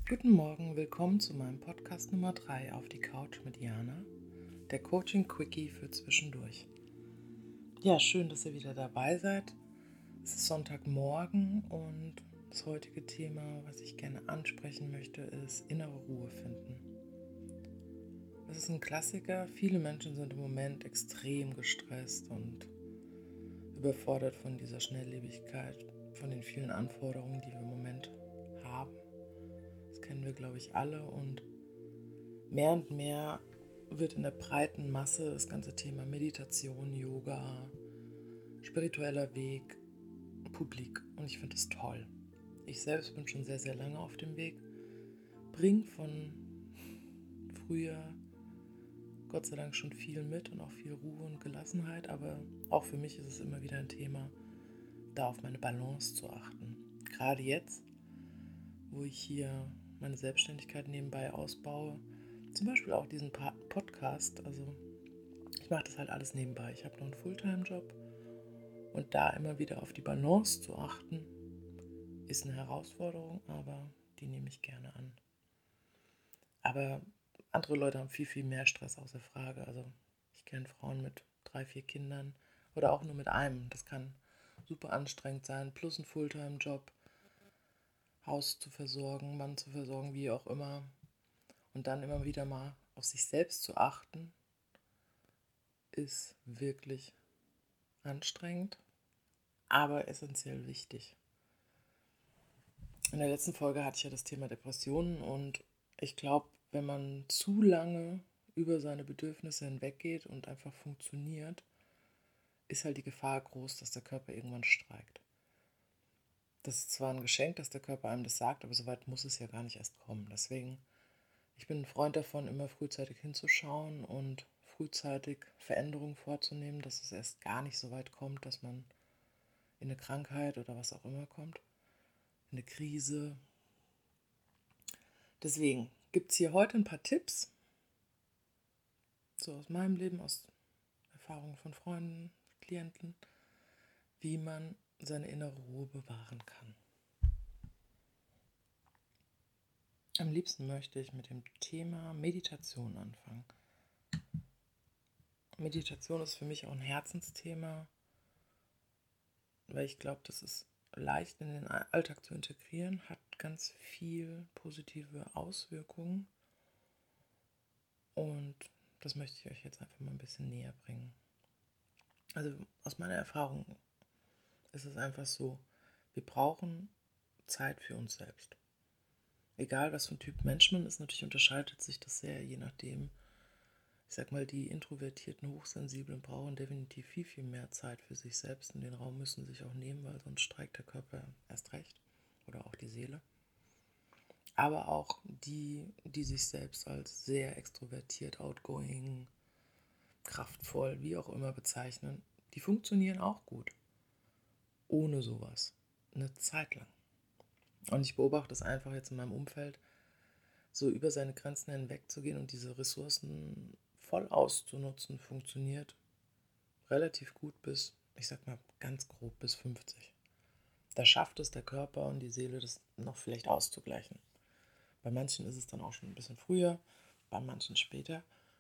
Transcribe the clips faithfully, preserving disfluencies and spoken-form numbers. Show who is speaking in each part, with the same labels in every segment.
Speaker 1: Guten Morgen, willkommen zu meinem Podcast Nummer drei auf die Couch mit Jana, der Coaching Quickie für zwischendurch. Ja, schön, dass ihr wieder dabei seid. Es ist Sonntagmorgen und das heutige Thema, was ich gerne ansprechen möchte, ist innere Ruhe finden. Das ist ein Klassiker. Viele Menschen sind im Moment extrem gestresst und überfordert von dieser Schnelllebigkeit, von den vielen Anforderungen, die wir im Moment haben. Das kennen wir, glaube ich, alle, und mehr und mehr wird in der breiten Masse das ganze Thema Meditation, Yoga, spiritueller Weg publik, und ich finde das toll. Ich selbst bin schon sehr, sehr lange auf dem Weg, bringe von früher Gott sei Dank schon viel mit und auch viel Ruhe und Gelassenheit, aber auch für mich ist es immer wieder ein Thema, da auf meine Balance zu achten. Gerade jetzt, wo ich hier meine Selbstständigkeit nebenbei ausbaue, zum Beispiel auch diesen Podcast, also ich mache das halt alles nebenbei. Ich habe noch einen Fulltime-Job und da immer wieder auf die Balance zu achten, ist eine Herausforderung, aber die nehme ich gerne an. Aber andere Leute haben viel, viel mehr Stress, außer Frage. Also ich kenne Frauen mit drei, vier Kindern oder auch nur mit einem. Das kann super anstrengend sein, plus ein Fulltime-Job, Haus zu versorgen, Mann zu versorgen, wie auch immer. Und dann immer wieder mal auf sich selbst zu achten, ist wirklich anstrengend, aber essentiell wichtig. In der letzten Folge hatte ich ja das Thema Depressionen, und ich glaube, wenn man zu lange über seine Bedürfnisse hinweggeht und einfach funktioniert, ist halt die Gefahr groß, dass der Körper irgendwann streikt. Das ist zwar ein Geschenk, dass der Körper einem das sagt, aber so weit muss es ja gar nicht erst kommen. Deswegen, ich bin ein Freund davon, immer frühzeitig hinzuschauen und frühzeitig Veränderungen vorzunehmen, dass es erst gar nicht so weit kommt, dass man in eine Krankheit oder was auch immer kommt, in eine Krise. Deswegen gibt es hier heute ein paar Tipps, so aus meinem Leben, aus Erfahrungen von Freunden, Klienten, wie man seine innere Ruhe bewahren kann. Am liebsten möchte ich mit dem Thema Meditation anfangen. Meditation ist für mich auch ein Herzensthema, weil ich glaube, das ist leicht in den Alltag zu integrieren, hat ganz viel positive Auswirkungen, und das möchte ich euch jetzt einfach mal ein bisschen näher bringen. Also aus meiner Erfahrung ist es einfach so, wir brauchen Zeit für uns selbst. Egal, was für ein Typ Mensch man ist, natürlich unterscheidet sich das sehr, je nachdem. Ich sag mal, die introvertierten, hochsensiblen brauchen definitiv viel, viel mehr Zeit für sich selbst, und den Raum müssen sich auch nehmen, weil sonst streikt der Körper erst recht oder auch die Seele. Aber auch die, die sich selbst als sehr extrovertiert, outgoing, kraftvoll, wie auch immer bezeichnen, die funktionieren auch gut. Ohne sowas. Eine Zeit lang. Und ich beobachte es einfach jetzt in meinem Umfeld, so über seine Grenzen hinweg zu gehen und diese Ressourcen voll auszunutzen, funktioniert relativ gut bis, ich sag mal ganz grob, bis fünfzig. Da schafft es der Körper und die Seele, das noch vielleicht auszugleichen. Bei manchen ist es dann auch schon ein bisschen früher, bei manchen später.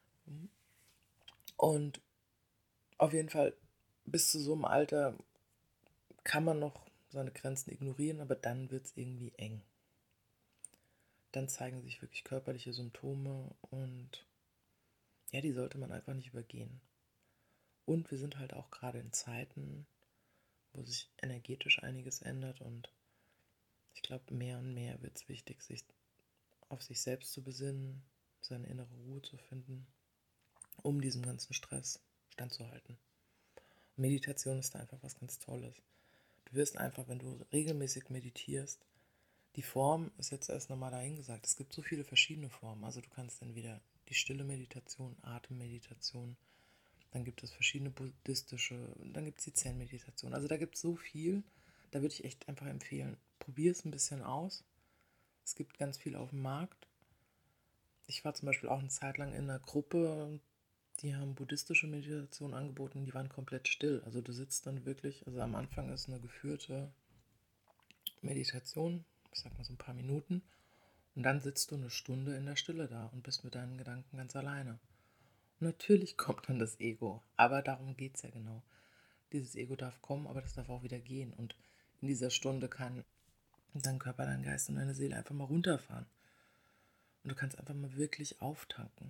Speaker 1: Und auf jeden Fall bis zu so einem Alter kann man noch seine Grenzen ignorieren, aber dann wird es irgendwie eng. Dann zeigen sich wirklich körperliche Symptome, und ja, die sollte man einfach nicht übergehen. Und wir sind halt auch gerade in Zeiten, wo sich energetisch einiges ändert, und ich glaube, mehr und mehr wird es wichtig, sich auf sich selbst zu besinnen, seine innere Ruhe zu finden, um diesem ganzen Stress standzuhalten. Meditation ist da einfach was ganz Tolles. Du wirst einfach, wenn du regelmäßig meditierst, die Form ist jetzt erst nochmal dahingesagt. Es gibt so viele verschiedene Formen. Also du kannst entweder die stille Meditation, Atemmeditation, dann gibt es verschiedene buddhistische, dann gibt es die Zen-Meditation. Also da gibt es so viel, da würde ich echt einfach empfehlen, probier es ein bisschen aus. Es gibt ganz viel auf dem Markt. Ich war zum Beispiel auch eine Zeit lang in einer Gruppe, die haben buddhistische Meditation angeboten, die waren komplett still. Also du sitzt dann wirklich, also am Anfang ist eine geführte Meditation, ich sag mal so ein paar Minuten, Und dann sitzt du eine Stunde in der Stille da und bist mit deinen Gedanken ganz alleine. Und natürlich kommt dann das Ego, aber darum geht es ja genau. Dieses Ego darf kommen, aber das darf auch wieder gehen. Und in dieser Stunde kann dein Körper, dein Geist und deine Seele einfach mal runterfahren. Und du kannst einfach mal wirklich auftanken.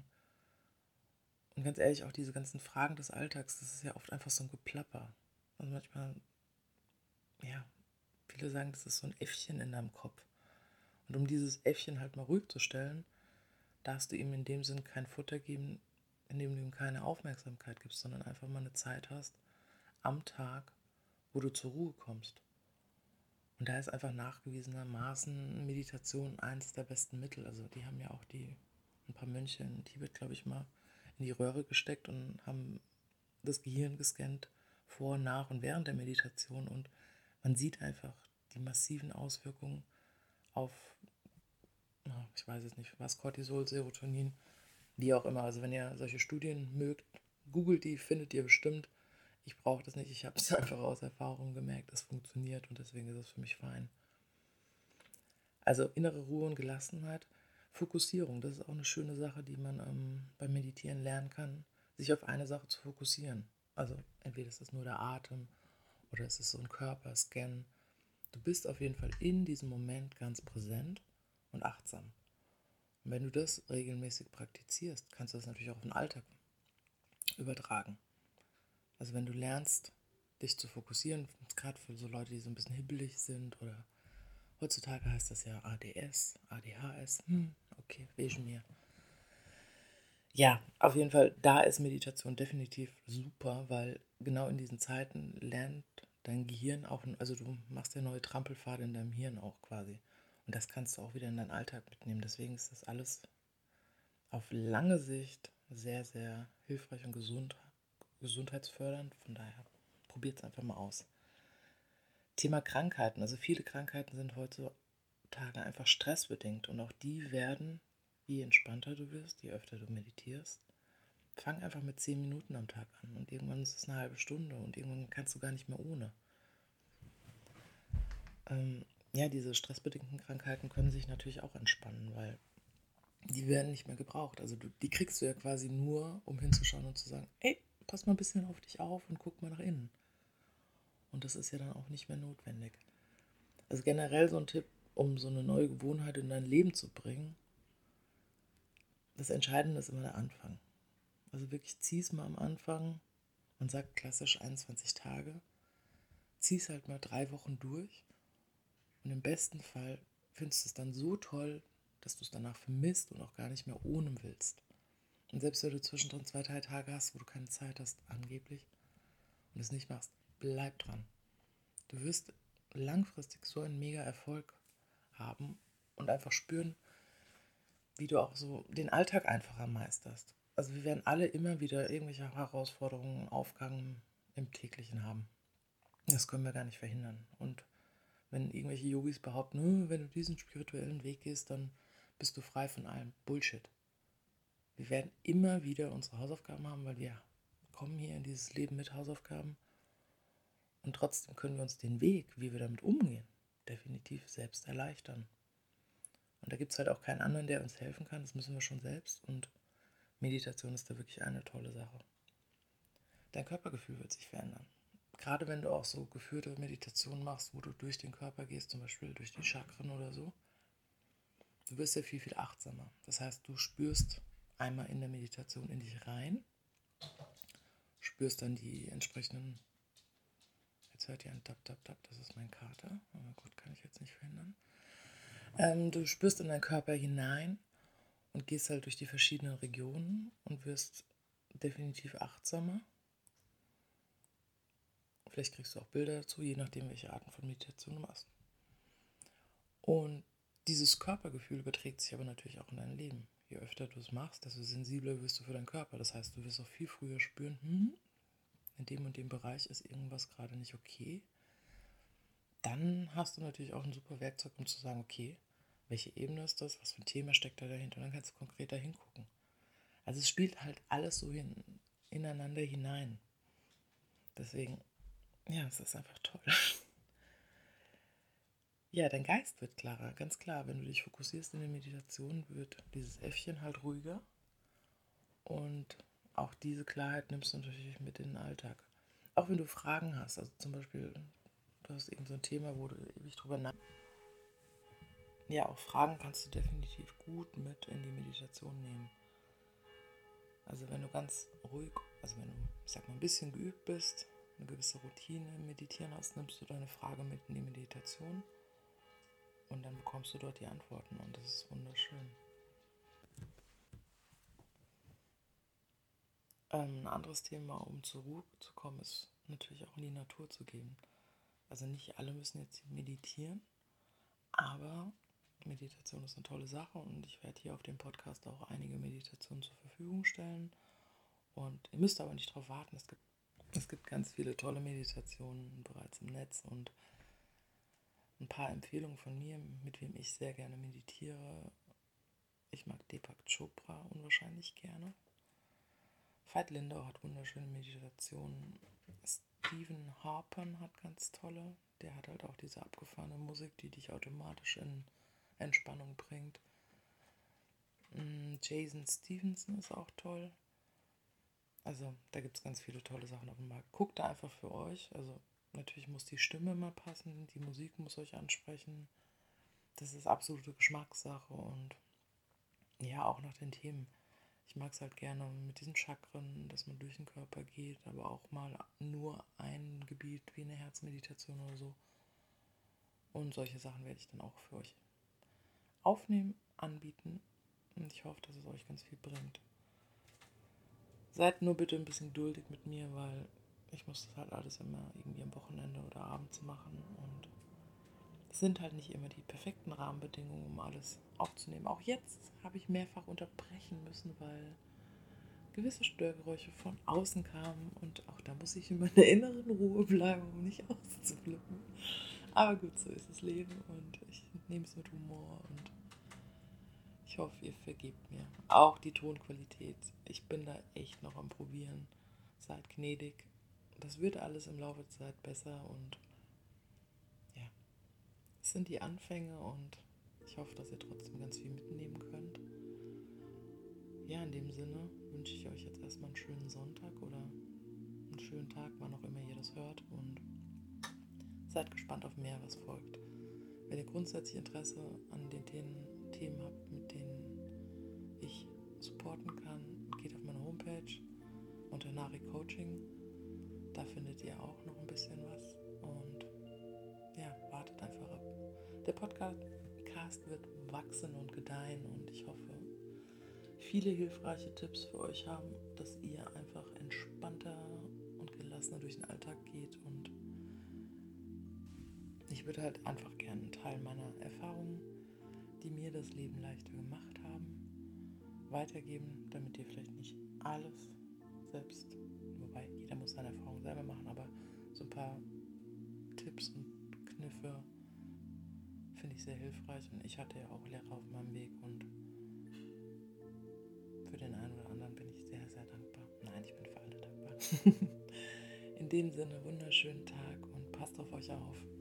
Speaker 1: Und ganz ehrlich, auch diese ganzen Fragen des Alltags, das ist ja oft einfach so ein Geplapper. Also manchmal, ja, viele sagen, das ist so ein Äffchen in deinem Kopf. Und um dieses Äffchen halt mal ruhig zu stellen, darfst du ihm in dem Sinn kein Futter geben, indem du ihm keine Aufmerksamkeit gibst, sondern einfach mal eine Zeit hast am Tag, wo du zur Ruhe kommst. Und da ist einfach nachgewiesenermaßen Meditation eines der besten Mittel. Also die haben ja auch die ein paar Mönche in Tibet, glaube ich mal, in die Röhre gesteckt und haben das Gehirn gescannt vor, nach und während der Meditation. Und man sieht einfach die massiven Auswirkungen auf, ich weiß es nicht, was, Cortisol, Serotonin, wie auch immer. Also wenn ihr solche Studien mögt, googelt die, findet ihr bestimmt. Ich brauche das nicht, ich habe es einfach aus Erfahrung gemerkt, es funktioniert und deswegen ist es für mich fein. Also innere Ruhe und Gelassenheit, Fokussierung, das ist auch eine schöne Sache, die man ähm, beim Meditieren lernen kann, sich auf eine Sache zu fokussieren. Also entweder ist es nur der Atem oder es ist so ein Körperscan. Du bist auf jeden Fall in diesem Moment ganz präsent und achtsam. Und wenn du das regelmäßig praktizierst, kannst du das natürlich auch auf den Alltag übertragen. Also wenn du lernst, dich zu fokussieren, gerade für so Leute, die so ein bisschen hibbelig sind oder heutzutage heißt das ja A D S, A D H S, hm, okay, wegen mir. Ja, auf jeden Fall, da ist Meditation definitiv super, weil genau in diesen Zeiten lernt dein Gehirn auch, also du machst ja neue Trampelpfade in deinem Hirn auch quasi. Und das kannst du auch wieder in deinen Alltag mitnehmen. Deswegen ist das alles auf lange Sicht sehr, sehr hilfreich und gesund, gesundheitsfördernd. Von daher probiert es einfach mal aus. Thema Krankheiten. Also viele Krankheiten sind heutzutage einfach stressbedingt und auch die werden, je entspannter du wirst, je öfter du meditierst, fang einfach mit zehn Minuten am Tag an und irgendwann ist es eine halbe Stunde und irgendwann kannst du gar nicht mehr ohne. Ähm, ja, diese stressbedingten Krankheiten können sich natürlich auch entspannen, weil die werden nicht mehr gebraucht. Also du, die kriegst du ja quasi nur, um hinzuschauen und zu sagen, ey, pass mal ein bisschen auf dich auf und guck mal nach innen. Und das ist ja dann auch nicht mehr notwendig. Also generell so ein Tipp, um so eine neue Gewohnheit in dein Leben zu bringen, das Entscheidende ist immer der Anfang. Also wirklich zieh es mal am Anfang, man sagt klassisch einundzwanzig Tage, zieh es halt mal drei Wochen durch und im besten Fall findest du es dann so toll, dass du es danach vermisst und auch gar nicht mehr ohne willst. Und selbst wenn du zwischendrin zwei, drei Tage hast, wo du keine Zeit hast, angeblich, und es nicht machst, bleib dran. Du wirst langfristig so einen mega Erfolg haben und einfach spüren, wie du auch so den Alltag einfacher meisterst. Also wir werden alle immer wieder irgendwelche Herausforderungen, Aufgaben im täglichen haben. Das können wir gar nicht verhindern. Und wenn irgendwelche Yogis behaupten, wenn du diesen spirituellen Weg gehst, dann bist du frei von allem. Bullshit. Wir werden immer wieder unsere Hausaufgaben haben, weil wir kommen hier in dieses Leben mit Hausaufgaben. Und trotzdem können wir uns den Weg, wie wir damit umgehen, definitiv selbst erleichtern. Und da gibt es halt auch keinen anderen, der uns helfen kann. Das müssen wir schon selbst. Und Meditation ist da wirklich eine tolle Sache. Dein Körpergefühl wird sich verändern. Gerade wenn du auch so geführte Meditationen machst, wo du durch den Körper gehst, zum Beispiel durch die Chakren oder so, du wirst ja viel, viel achtsamer. Das heißt, du spürst einmal in der Meditation in dich rein, spürst dann die entsprechenden, jetzt hört ihr ein Tap, Tap, Tap, das ist mein Kater, aber gut, kann ich jetzt nicht verhindern. Ähm, du spürst in deinen Körper hinein und gehst halt durch die verschiedenen Regionen und wirst definitiv achtsamer. Vielleicht kriegst du auch Bilder dazu, je nachdem, welche Arten von Meditation du machst. Und dieses Körpergefühl überträgt sich aber natürlich auch in dein Leben. Je öfter du es machst, desto sensibler wirst du für deinen Körper. Das heißt, du wirst auch viel früher spüren, hm, in dem und dem Bereich ist irgendwas gerade nicht okay. Dann hast du natürlich auch ein super Werkzeug, um zu sagen, okay, welche Ebene ist das, was für ein Thema steckt da dahinter, und dann kannst du konkreter hingucken. Also es spielt halt alles so hin, ineinander hinein. Deswegen, ja, es ist einfach toll. Ja, dein Geist wird klarer, ganz klar. Wenn du dich fokussierst in der Meditation, wird dieses Äffchen halt ruhiger. Und auch diese Klarheit nimmst du natürlich mit in den Alltag. Auch wenn du Fragen hast, also zum Beispiel, du hast irgend so ein Thema, wo du ewig drüber nachdenkst. Ja, auch Fragen kannst du definitiv gut mit in die Meditation nehmen. Also wenn du ganz ruhig, also wenn du, ich sag mal, ein bisschen geübt bist, eine gewisse Routine im Meditieren hast, nimmst du deine Frage mit in die Meditation und dann bekommst du dort die Antworten und das ist wunderschön. Ähm, ein anderes Thema, um zur Ruhe zu kommen, ist natürlich auch in die Natur zu gehen. Also nicht alle müssen jetzt meditieren, aber Meditation ist eine tolle Sache und ich werde hier auf dem Podcast auch einige Meditationen zur Verfügung stellen. Und ihr müsst aber nicht darauf warten, es gibt, es gibt ganz viele tolle Meditationen bereits im Netz und ein paar Empfehlungen von mir, mit wem ich sehr gerne meditiere. Ich mag Deepak Chopra unwahrscheinlich gerne. Veit Lindau hat wunderschöne Meditationen. Stephen Harper hat ganz tolle. Der hat halt auch diese abgefahrene Musik, die dich automatisch in Entspannung bringt. Jason Stevenson ist auch toll. Also da gibt es ganz viele tolle Sachen auf dem Markt. Guckt da einfach für euch. Also natürlich muss die Stimme mal passen, die Musik muss euch ansprechen. Das ist absolute Geschmackssache und ja, auch nach den Themen. Ich mag es halt gerne mit diesen Chakren, dass man durch den Körper geht, aber auch mal nur ein Gebiet wie eine Herzmeditation oder so. Und solche Sachen werde ich dann auch für euch aufnehmen, anbieten und ich hoffe, dass es euch ganz viel bringt. Seid nur bitte ein bisschen geduldig mit mir, weil ich muss das halt alles immer irgendwie am Wochenende oder abends machen und es sind halt nicht immer die perfekten Rahmenbedingungen, um alles aufzunehmen. Auch jetzt habe ich mehrfach unterbrechen müssen, weil gewisse Störgeräusche von außen kamen und auch da muss ich in meiner inneren Ruhe bleiben, um nicht auszuflippen. Aber gut, so ist das Leben und ich nehme es mit Humor und ich hoffe, ihr vergebt mir. Auch die Tonqualität. Ich bin da echt noch am Probieren. Seid gnädig. Das wird alles im Laufe der Zeit besser und ja, es sind die Anfänge und ich hoffe, dass ihr trotzdem ganz viel mitnehmen könnt. Ja, in dem Sinne wünsche ich euch jetzt erstmal einen schönen Sonntag oder einen schönen Tag, wann auch immer ihr das hört und seid gespannt auf mehr, was folgt. Wenn ihr grundsätzlich Interesse an den Themen habt, mit denen ich supporten kann, geht auf meine Homepage unter Nari Coaching. Da findet ihr auch noch ein bisschen was und ja, wartet einfach ab. Der Podcast wird wachsen und gedeihen und ich hoffe, viele hilfreiche Tipps für euch haben, dass ihr einfach entspannter und gelassener durch den Alltag geht und ich würde halt einfach gerne einen Teil meiner Erfahrungen, die mir das Leben leichter gemacht haben, weitergeben, damit ihr vielleicht nicht alles selbst, wobei jeder muss seine Erfahrungen selber machen, aber so ein paar Tipps und Kniffe finde ich sehr hilfreich und ich hatte ja auch Lehrer auf meinem Weg und für den einen oder anderen bin ich sehr, sehr dankbar. Nein, ich bin für alle dankbar. In dem Sinne, wunderschönen Tag und passt auf euch auf.